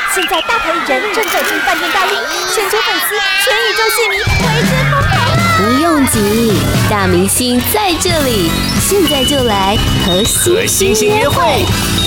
现在大牌艺人正走进饭店大厅，全球粉丝、全宇宙戏迷为之疯狂啊！ 不用急，大明星在这里，现在就来和星星约会。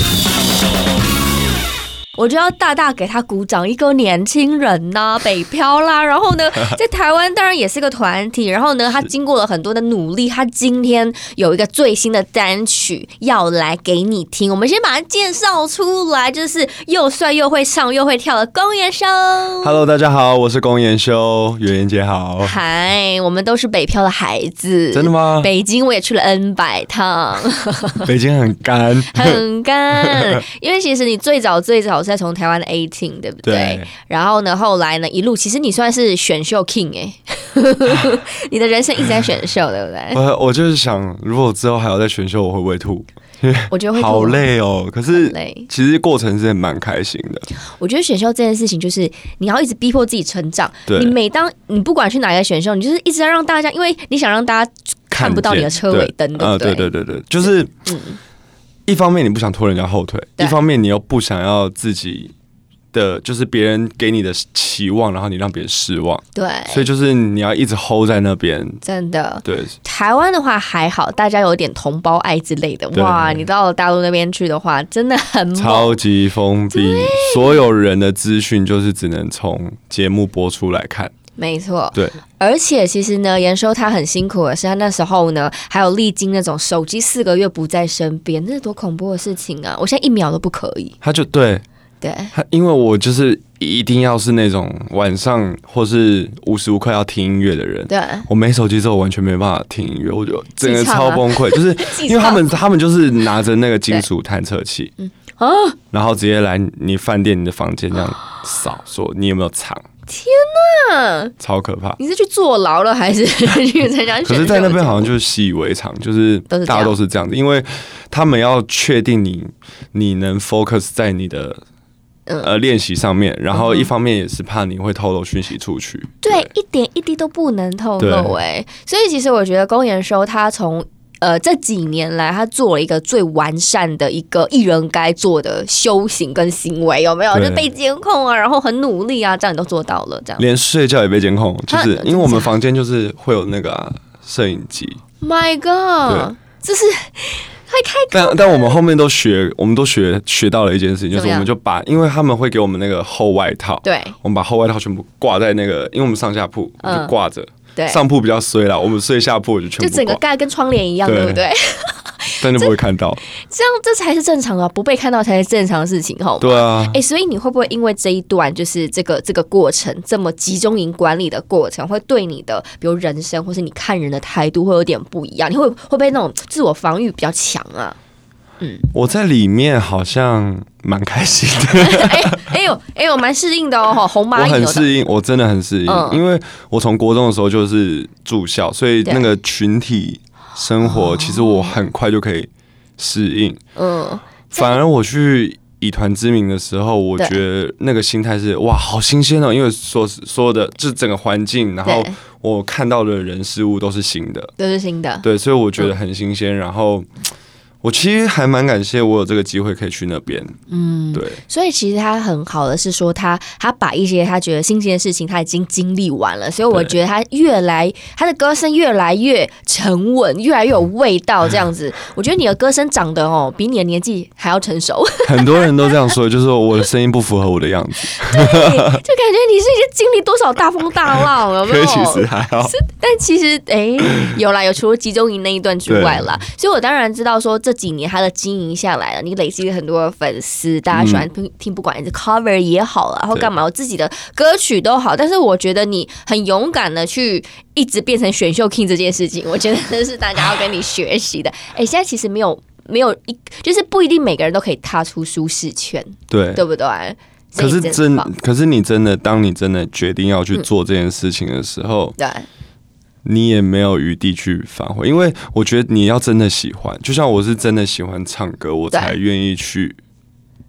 我就要大大给他鼓掌，一个年轻人呐、北漂啦。然后呢，在台湾当然也是个团体。然后呢，他经过了很多的努力，他今天有一个最新的单曲要来给你听。我们先把它介绍出来，就是又帅又会唱又会跳的龚妍修。 Hello， 大家好，我是龚妍修，袁妍姐好。 嗨，我们都是北漂的孩子。 真的吗？ 北京我也去了 N 百趟。 北京很干， 很干，因为其实你最早是在从台湾的 18， 对不对？ 对。 然后呢，后来呢，一路其实你算是选秀 king 你的人生一直在选秀，对不对？ 我就是想，如果之后还要再选秀，我会不会吐？ 我觉得会吐， 好累哦。可是其实过程是蛮开心的。 我觉得选秀这件事情就是你要一直逼迫自己成长。你每当你不管去哪一个选秀，你就是一直要让大家，因为你想让大家看不到你的车尾灯，对不对？ 对，就是一方面你不想拖人家后腿，一方面你又不想要自己的就是别人给你的期望，然后你让别人失望。对，所以就是你要一直 hold 在那边。真的，对。 台湾的话还好，大家有点同胞爱之类的。哇，你到了大陆那边去的话，真的很猛， 超级封闭，所有人的资讯就是只能从节目播出来看。 没错， 对， 而且其实呢，妍修他很辛苦的是，他那时候呢还有历经那种手机4个月不在身边，那是多恐怖的事情啊！我现在1秒都不可以。 他就对，因为我就是一定要是那种晚上或是无时无刻要听音乐的人。对，我没手机之后完全没办法听音乐，我就整个超崩溃，就是因为他们就是拿着那个金属探测器，然后直接来你饭店你的房间这样扫，说你有没有藏。 天哪， 超可怕！ 你是去坐牢了还是去参加？ 可是，在那边好像就是习以为常，就是大家都是这样子，因为他们要确定你能 focus 在你的练习上面，然后一方面也是怕你会透露讯息出去。 对，一点一滴都不能透露所以其实我觉得龚妍修他从这几年来，他做了一个最完善的一个艺人该做的修行跟行为，有没有？就被监控啊，然后很努力啊，这样你都做到了，这样。 连睡觉也被监控，就是因为我们房间就是会有那个摄影机。 My God， 这是太但我们后面都学到了一件事情，就是我们就把，因为他们会给我们那个厚外套，对，我们把厚外套全部挂在那个，因为我们上下铺就挂着。上铺比较衰啦，我们睡下铺就全部就整个盖跟窗帘一样，对不对？ 但就不会看到， 这才是正常的，不被看到才是正常的事情，好吗？ 对啊。 所以你会不会因为这一段就是这个过程这么集中营管理的过程，会对你的比如人生或是你看人的态度会有点不一样？你会不会那种自我防御比较强啊？ 我在里面好像蛮开心的， 我蛮适应的哦，红蚂蚁。 我很适应，我真的很适应，因为我从国中的时候就是住校，所以那个群体生活其实我很快就可以适应。反而我去以团之名的时候，我觉得那个心态是哇，好新鲜哦，因为所有的就是整个环境，然后我看到的人事物都是新的，对，所以我觉得很新鲜，然后。我其实还蛮感谢我有这个机会可以去那边，对。 所以其实他很好的是说他把一些他觉得新鲜的事情他已经经历完了，所以我觉得他的歌声越来越沉稳，越来越有味道，这样子。我觉得你的歌声长得比你的年纪还要成熟。 很多人都这样说，就是我的声音不符合我的样子。 对，就感觉你是已经经历多少大风大浪，有没有？ 其实还好， 但其实有啦，有除了集中营那一段之外啦，所以我当然知道说这几年他的经营下来了，你累积了很多的粉丝，大家喜欢听，不管是 cover 也好啦，然后干嘛，我自己的歌曲都好，但是我觉得你很勇敢的去一直变成选秀 king 这件事情，我觉得是大家要跟你学习的。现在其实没有就是不一定每个人都可以踏出舒适圈，对不对？ 可是你真的，当你真的决定要去做这件事情的时候，对。你也没有余地去发挥，因为我觉得你要真的喜欢，就像我是真的喜欢唱歌，我才愿意去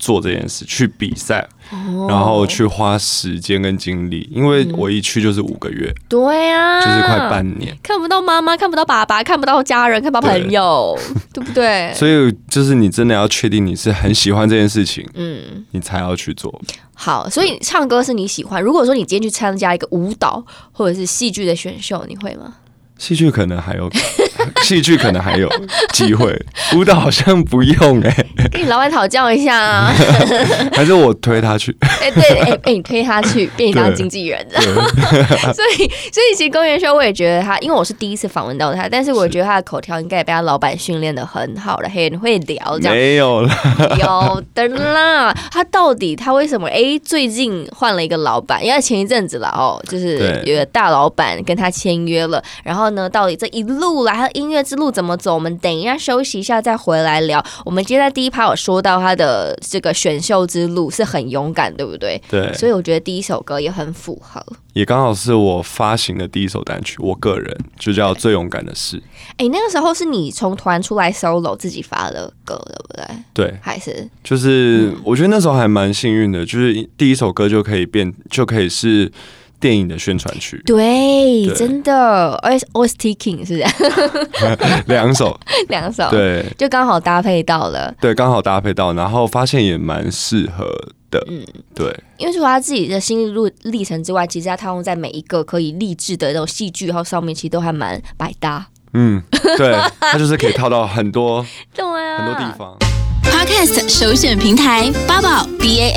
做这件事，去比赛，然后去花时间跟精力，因为我一去就是5个月， 对啊， 就是快半年， 看不到妈妈，看不到爸爸，看不到家人，看不到朋友， 对不对？ 所以就是你真的要确定你是很喜欢这件事情，你才要去做。 好，所以唱歌是你喜欢。如果说你今天去参加一个舞蹈或者是戏剧的选秀，你会吗？ 戏剧可能还有，戏剧可能还有机会，舞蹈好像不用跟你老板讨教一下啊， 还是我推他去？ 你推他去，变你当经纪人，所以其实宫元秀我也觉得他，因为我是第一次访问到他，但是我觉得他的口条应该也被他老板训练得很好了，很会聊这样。 没有啦， 有的啦。他为什么最近换了一个老板？因为前一阵子啦就是有个大老板跟他签约了，然后呢，到底这一路来他的音乐之路怎么走？我们等一下休息一下再回来聊。我们今天在第一趴有说到他的这个选秀之路是很勇敢，对不对？ 对， 所以我觉得第一首歌也很符合， 也刚好是我发行的第一首单曲，我个人就叫《最勇敢的事》。 那个时候是你从团出来 solo 自己发的歌，对不对？ 对， 还是就是我觉得那时候还蛮幸运的，就是第一首歌就可以是电影的宣传曲。 对，真的 OST King 是不是？ 两首，对， 就刚好搭配到了。 对，刚好搭配到，然后发现也蛮适合的。对。 因为除了他自己的心路历程之外，其实他套用在每一个可以励志的那种戏剧，然后上面其实都还蛮百搭。 对，他就是可以套到很多对啊， 很多地方。 Podcast 首选平台八宝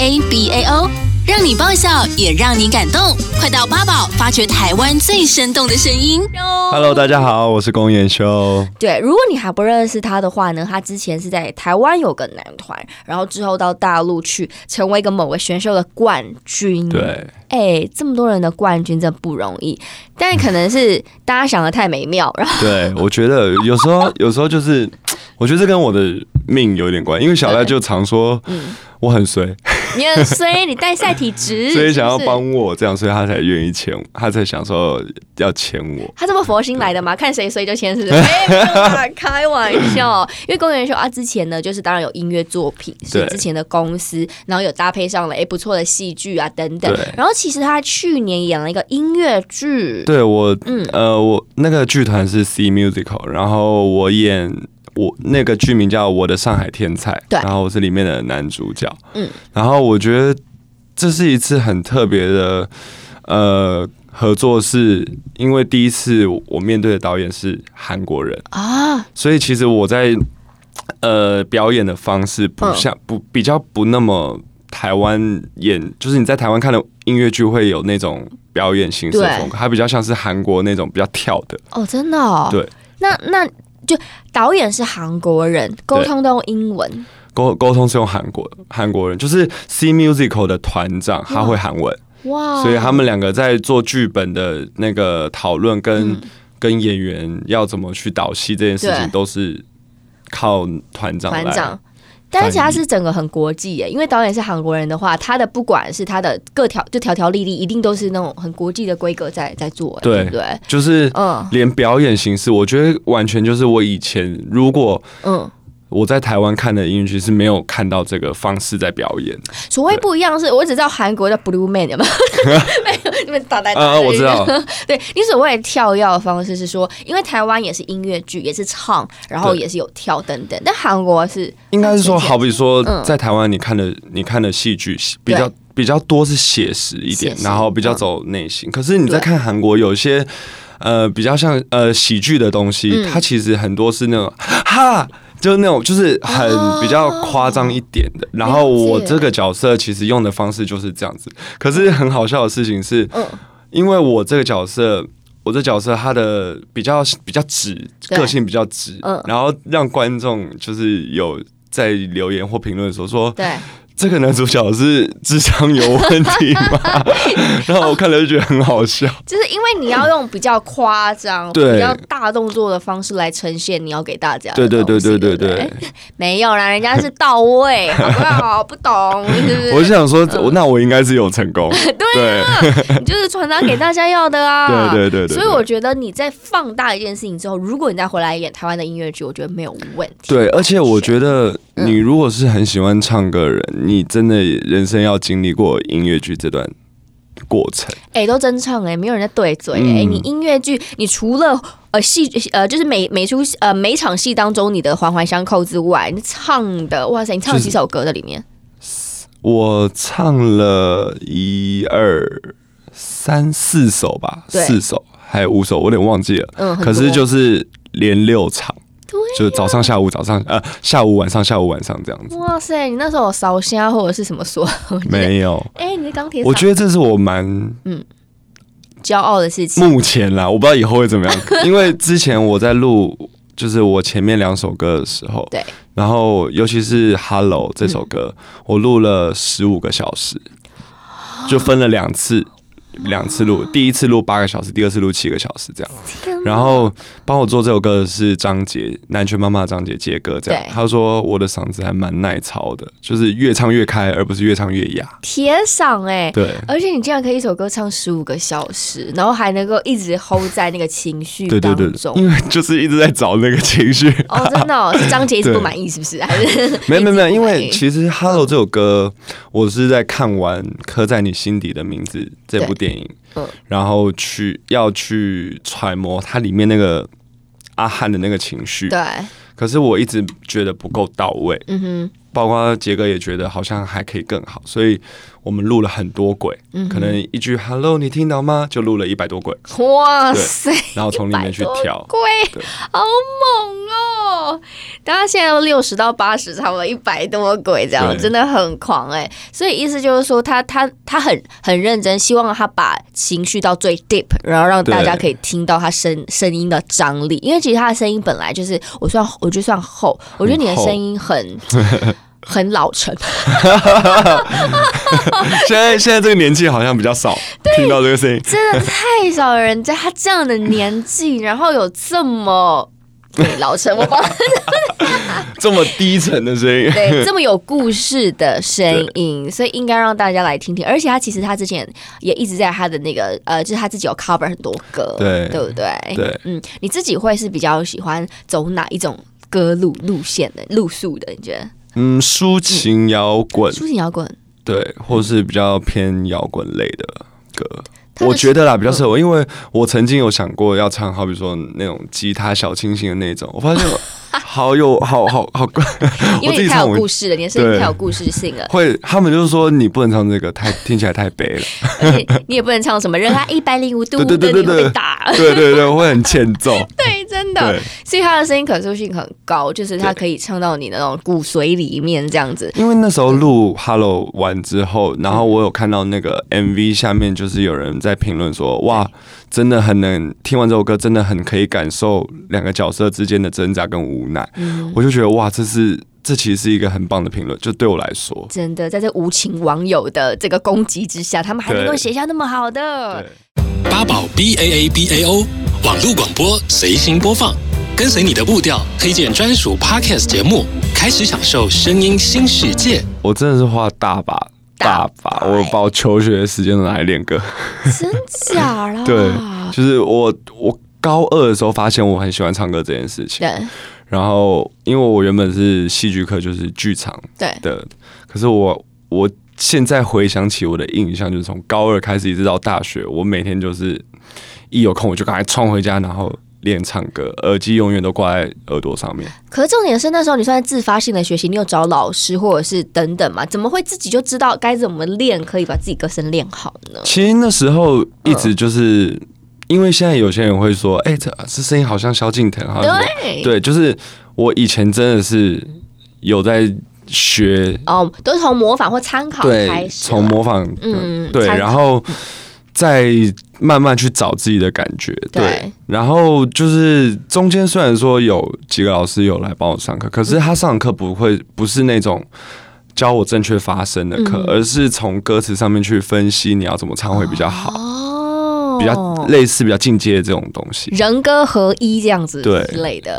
BAABAO， 让你爆笑也让你感动，快到八宝发掘台湾最生动的声音。 Hello， 大家好，我是宫元秀。 对，如果你还不认识他的话呢，他之前是在台湾有个男团，然后之后到大陆去成为一个某个选秀的冠军。 对， 这么多人的冠军真不容易，但可能是大家想的太美妙。然后对，我觉得有时候就是，我觉得这跟我的命有点关系，因为小赖就常说我很衰。 你很衰，你带赛体质， 所以想要帮我这样，所以他才愿意签我，他才想说要签我。 他这么佛心来的吗？看谁衰就签，是不是？没有啦，开玩笑。因为宫元秀之前呢，就是当然有音乐作品，是之前的公司，然后有搭配上了不错的戏剧啊等等。然后其实他去年演了一个音乐剧， 对我那个剧团是 C Musical， 然后我那个剧名叫《我的上海天才》，然后我是里面的男主角。然后我觉得这是一次很特别的合作，是因为第一次我面对的导演是韩国人啊，所以其实我在表演的方式比较不那么台湾演，就是你在台湾看的音乐剧会有那种表演形式的风格，它比较像是韩国那种比较跳的。 真的哦。 对， 那就导演是韩国人，沟通都用英文。 沟通是用韩国人，就是 C Musical 的团长他会韩文，所以他们两个在做剧本的那个讨论跟演员要怎么去导戏这件事情，都是靠团长来。 但是他是整个很国际耶，因为导演是韩国人的话，他的不管是他的条条例例，一定都是那种很国际的规格在做，对不对？ 就是连表演形式，我觉得完全就是我以前如果我在台湾看的音乐剧是没有看到这个方式在表演。 所谓不一样是，我只知道韩国的 Blue Man 有没有？没有，你们打我知道。 对，你所谓的跳跃的方式是说，因为台湾也是音乐剧，也是唱，然后也是有跳等等，但韩国是应该是说，好比说在台湾你看的戏剧比较多是写实一点，然后比较走内心。可是你在看韩国有些比较像喜剧的东西，它其实很多是那种哈。就是那种，就是很比较夸张一点的。然后我这个角色其实用的方式就是这样子。可是很好笑的事情是，因为我这角色他的比较直，个性比较直，然后让观众就是有在留言或评论的时候说，对。这个男主角是智商有问题吗？然后我看了就觉得很好笑， 就是因为你要用比较夸张、比较大动作的方式来呈现你要给大家的东西。对，没有啦，人家是到位，好不好？不懂是不是？ 我是想说，那我应该是有成功。 对啊，你就是传达给大家要的啊。 对。 所以我觉得你在放大一件事情之后，如果你再回来演台湾的音乐剧，我觉得没有问题。 对，而且我觉得你如果是很喜欢唱歌的人，你真的人生要经历过音乐剧这段过程。 都真唱没有人在对嘴你音乐剧，你除了戏就是每场戏当中你的环环相扣之外，你唱的哇塞，你唱了几首歌在里面？ 我唱了1、2、3、4首吧，4首还有5首，我有点忘记了。可是就是连6场。就早上、下午、下午、晚上、下午、晚上这样子。 哇塞，你那时候有烧虾或者是什么说？ 没有。 你是钢铁。 我觉得这是我蛮骄傲的事情。 目前啦，我不知道以后会怎么样，因为之前我在录，就是我前面2首歌的时候， 对， 然后尤其是《Hello》这首歌，我录了15个小时，就分了2次录，第一次录8个小时，第二次录7个小时这样。然后帮我做这首歌的是张杰，南拳妈妈的张杰杰哥这样。他说我的嗓子还蛮耐操的，就是越唱越开，而不是越唱越哑。 铁嗓对， 而且你竟然可以一首歌唱15个小时，然后还能够一直 hold 在那个情绪当中。 对，因为就是一直在找那个情绪。 真的是张杰一直不满意是不是？还是没有，因为其实《Hello》这首歌，我是在看完《刻在你心底的名字》这部电影。然后要去揣摩它里面那个阿汉的那个情绪， 对。 可是我一直觉得不够到位，包括杰哥也觉得好像还可以更好，所以我们录了很多轨，可能一句 “Hello， 你听到吗？”就录了100多轨。 哇塞！ 然后从里面去挑， 好猛哦！大家现在都60到80，差不多100多轨这样，真的很狂所以意思就是说，他很认真，希望他把情绪到最 deep， 然后让大家可以听到他声音的张力。因为其实他的声音本来就是，我觉得算厚，我觉得你的声音很老成。 现在这个年纪好像比较少听到这个声音， 真的太少人在他这样的年纪，然后有这么老成，我帮这么低沉的声音， 对，这么有故事的声音，所以应该让大家来听听。而且他之前也一直在他的那个就是他自己有 cover 很多歌，对不对？ 对， 你自己会是比较喜欢走哪一种歌路线的路数的？你觉得？ 抒情摇滚，对，或是比较偏摇滚类的歌。我觉得啦比较适合我，因为我曾经有想过要唱，好比说那种吉他小清新的那种，我发现好怪， 因为你太有故事了，你的声音太有故事性了。 他们就是说你不能唱这个，听起来太悲了。 而且你也不能唱什么热爱105度的，你会打。 对，会很欠揍。 对，真的。所以他的声音可塑性很高，就是他可以唱到你的那种骨髓里面这样子。 因为那时候录 Hello 完之后，然后我有看到那个 MV 下面就是有人在评论说，哇，真的很能听完这首歌，真的很可以感受2个角色之间的挣扎跟无奈。我就觉得哇，这其实是一个很棒的评论，就对我来说， 真的在这无情网友的这个攻击之下，他们还能够写下那么好的。 八宝 BAABAO 网络广播随心播放，跟随你的步调，推荐专属 Podcast 节目，开始享受声音新世界。 我真的是花大把，我把我求学的时间都拿来练歌。 真假啦？ 对，就是我高2的时候发现我很喜欢唱歌这件事情。 对。 然后，因为我原本是戏剧课，就是剧场的，可是我现在回想起我的印象，就是从高2开始一直到大学，我每天就是一有空我就赶快冲回家，然后练唱歌，耳机永远都挂在耳朵上面。 可是重点是那时候你算是自发性的学习，你有找老师或者是等等嘛？怎么会自己就知道该怎么练，可以把自己歌声练好呢？ 其实那时候一直就是。因为现在有些人会说，这声音好像萧敬腾，对，就是我以前真的是有在学， 都是从模仿或参考开始， 从模仿，对，然后再慢慢去找自己的感觉，对，然后就是中间虽然说有几个老师有来帮我上课，可是他上的课不是那种教我正确发声的课，而是从歌词上面去分析你要怎么唱会比较好。比较类似、比较进阶的这种东西， 人歌合一这样子之类的。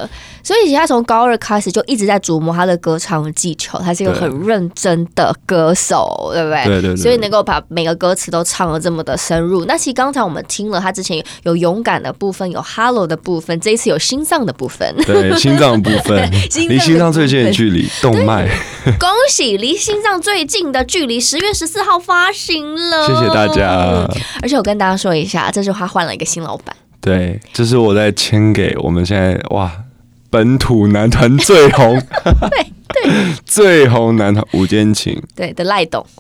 所以他从高2开始就一直在琢磨他的歌唱技巧，他是一个很认真的歌手，对不对？ 对对对。 所以能够把每个歌词都唱得这么的深入。那其实刚才我们听了他之前有勇敢的部分，有 Hello 的部分，这一次有心脏的部分。 对，心脏的部分，离心脏最近的距离，动脉。 恭喜离心脏最近的距离10月14号发行了， 谢谢大家。 而且我跟大家说一下，这句话换了一个新老板。 对，这是我在签给我们现在本土男团最红， 对， 最红男团5间情， 对的赖董。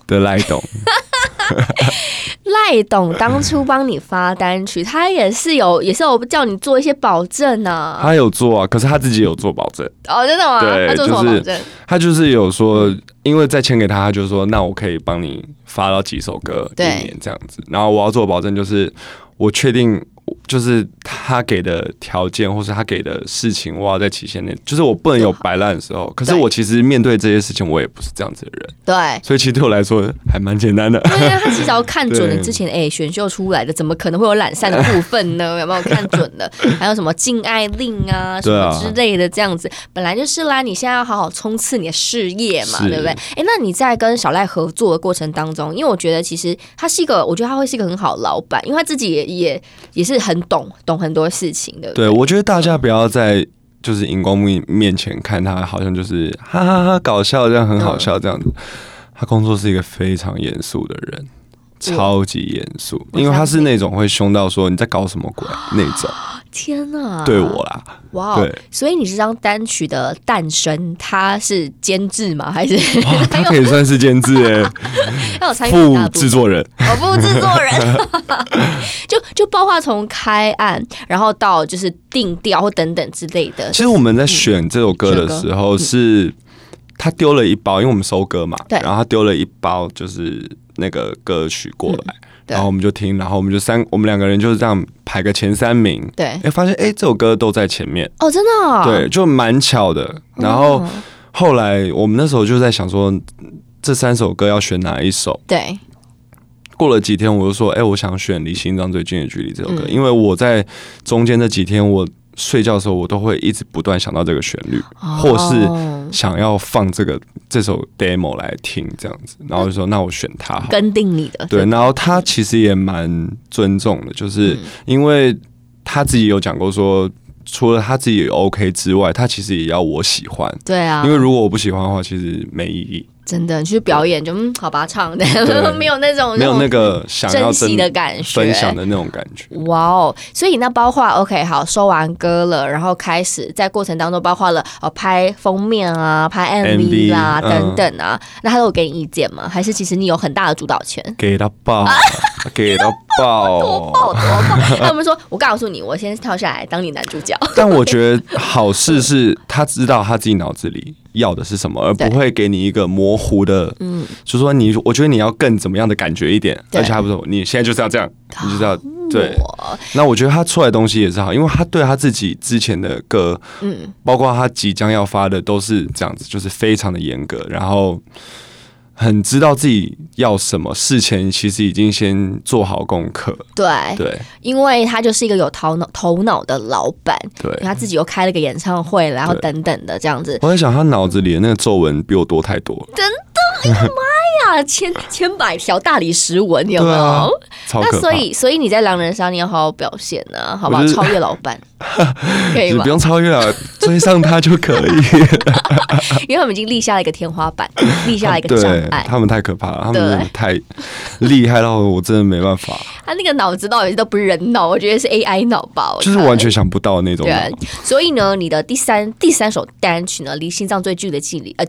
赖董当初帮你发单曲，他也是有叫你做一些保证啊。 他有做啊，可是他自己有做保证。 哦，真的吗？ 对， 他做什么保证？ 他就是有说，因为再签给他，他就说，那我可以帮你发到几首歌1年这样子。然后我要做保证，就是我确定。就是他给的条件，或是他给的事情，我要在期限内，就是我不能有摆烂的时候。可是我其实面对这些事情，我也不是这样子的人。对，所以其实对我来说还蛮简单的。 对啊，他至少看准了之前选秀出来的，怎么可能会有懒散的部分呢？有没有看准了？还有什么禁爱令啊，什么之类的，这样子本来就是啦。你现在要好好冲刺你的事业嘛，对不对？那你在跟小赖合作的过程当中，因为我觉得其实他是一个，我觉得他会是一个很好的老板，因为他自己也是很懂很多事情的。对， 我觉得大家不要在就是荧光幕面前看他，好像就是哈哈哈搞笑这样很好笑这样子。他工作是一个非常严肃的人，超级严肃，因为他是那种会凶到说你在搞什么鬼那种。 天哪， 对我啦， 哇、wow ！所以你这张单曲的诞生，它是监制吗？还是他可以算是监制副制作人， 副制作人，就包括从开案，然后到就是定调或等等之类的。 其实我们在选这首歌的时候是。他丢了一包，因为我们收歌嘛，然后他丢了一包就是那个歌曲过来，然后我们就听，然后我们2个人就是这样排个前3名，对，发现这首歌都在前面， 哦，真的啊， 对，就蛮巧的。然后后来我们那时候就在想说，这3首歌要选哪一首？对。过了几天，我就说，我想选《离心脏最近的距离》这首歌，因为我在中间这几天我睡觉的时候，我都会一直不断想到这个旋律，或是想要放这首 demo 来听这样子，然后就说那我选它好， 跟定你的。 对，然后他其实也蛮尊重的，就是因为他自己有讲过说，除了他自己 OK 之外，他其实也要我喜欢。对啊，因为如果我不喜欢的话，其实没意义。 真的，你去表演就好吧，唱的没有那种没有那个想要珍惜的感觉， 分享的那种感觉。 哇哦！所以那包括 OK 好收完歌了，然后开始在过程当中包括了拍封面啊、拍 MV 啦等等啊，那他都有给你意见吗？还是其实你有很大的主导权？ 给到爆，给到爆， 多爆！那我们说，我告诉你，我先跳下来当你男主角。 但我觉得好事是他知道他自己脑子里要的是什么，而不会给你一个模糊的，就是说我觉得你要更怎么样的感觉一点，而且他不说你现在就是要这样，你就是要对。那我觉得他出来的东西也是好，因为他对他自己之前的歌，包括他即将要发的都是这样子，就是非常的严格，然后很知道自己要什么，事前其实已经先做好功课。对， 因为他就是一个有头脑的老板，对，他自己又开了个演唱会，然后等等的这样子。 我在想，他脑子里的那个皱纹比我多太多了。 真的，哎呀妈呀，千百条大理石纹有没有？ 超可怕。 那所以你在狼人杀你要好好表现啊，好不好？超越老板，可以吗？ 不用超越了，追上他就可以。 因为他们已经立下了一个天花板，立下了一个障碍。 他们太可怕了，他们太厉害到我真的没办法。 他那个脑子到底都不是人脑，我觉得是 AI 脑吧， 就是完全想不到那种。 对，所以呢，你的第三首单曲呢，离心脏最近的距离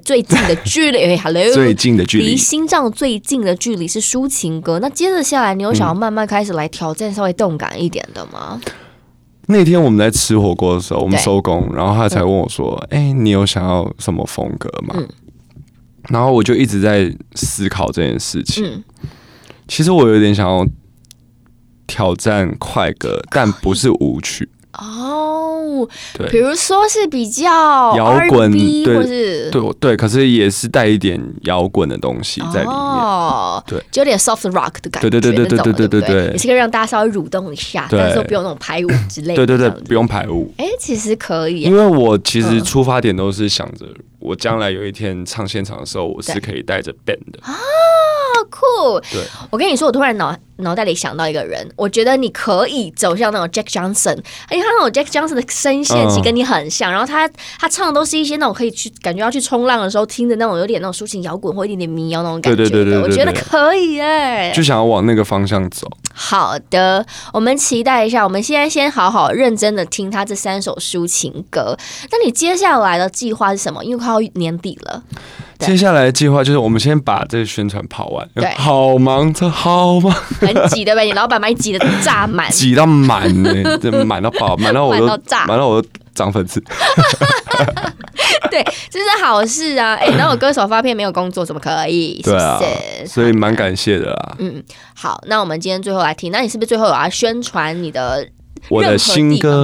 ，Hello， 最近的距离， 离心脏最近的距离是抒情歌。那接着下来，你有想要慢慢开始来挑战稍微动感一点的吗？ 那天我们在吃火锅的时候，我们收工，然后他才问我说：“你有想要什么风格吗？”然后我就一直在思考这件事情。其实我有点想要挑战快歌，但不是舞曲。 比如说是比较摇滚， 或是对，可是也是带一点摇滚的东西在里面，对， 就有点 soft rock 的感觉，对，也是可以让大家稍微蠕动一下，但是不用那种排舞之类的， 对，不用排舞。 其实可以， 因为我其实出发点都是想着，我将来有一天唱现场的时候，我是可以带着 band 的。 酷！对，我跟你说，我突然脑袋里想到一个人，我觉得你可以走向那种 Jack Johnson， 因为他那种 Jack Johnson 的声线其实跟你很像，然后他唱的都是一些那种可以去感觉要去冲浪的时候听的那种有点那种抒情摇滚或一点点民谣那种感觉的，对，我觉得可以耶， 就想要往那个方向走。 好的，我们期待一下，我们现在先好好认真的听他这3首抒情歌。那你接下来的计划是什么？因为快要年底了。 接下来的计划就是我们先把这个宣传跑完，好忙，这好忙， 很挤对不对？你老板把你挤得炸满， 挤到满呢，满到爆，满到我都涨粉丝。 对，这是好事啊！那我歌手发片没有工作怎么可以？ 对啊，所以蛮感谢的啦。 好，那我们今天最后来听，那你是不是最后有要宣传你的？ 我的新歌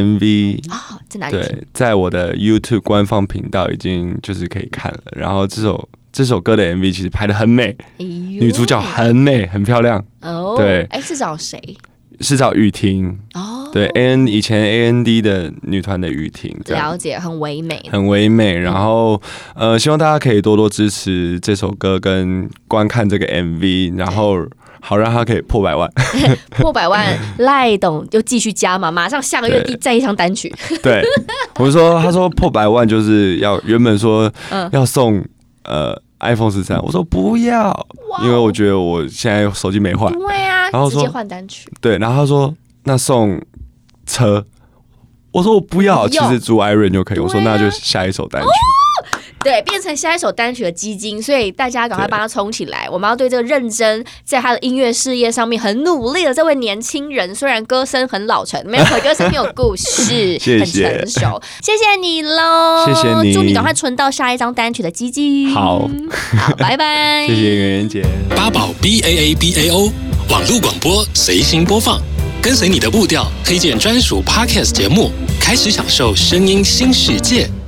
MV 在哪里？ 对，在我的 YouTube 官方频道已经就是可以看了。然后这首歌的 MV 其实拍得很美，女主角很美，很漂亮。对， 是找谁？ 是找雨婷。对，以前 AND 的女团的雨婷。 了解，很唯美， 很唯美。然后希望大家可以多多支持这首歌跟观看这个 MV， 然后。好让他可以破100万， 破100万，赖董就继续加嘛，马上下个月再一张单曲。 对，他说破100万就是原本说要送iPhone 13，我说不要，因为我觉得我现在手机没换。 对啊，然后直接换单曲。 对，然后他说那送车，我说我不要，其实租 Iron 就可以。我说那就下一首单曲。 对，变成下一首单曲的基金，所以大家赶快帮他冲起来。我们要对这个认真在他的音乐事业上面很努力的这位年轻人，虽然歌声很老成，没有歌声很有故事，很成熟。谢谢你喽， 谢谢你， 祝你赶快存到下一张单曲的基金。 好， 拜拜。 谢谢圆圆姐。 八宝 BAABAO 网络广播随心播放，跟随你的步调，推荐专属 Podcast 节目，开始享受声音新世界。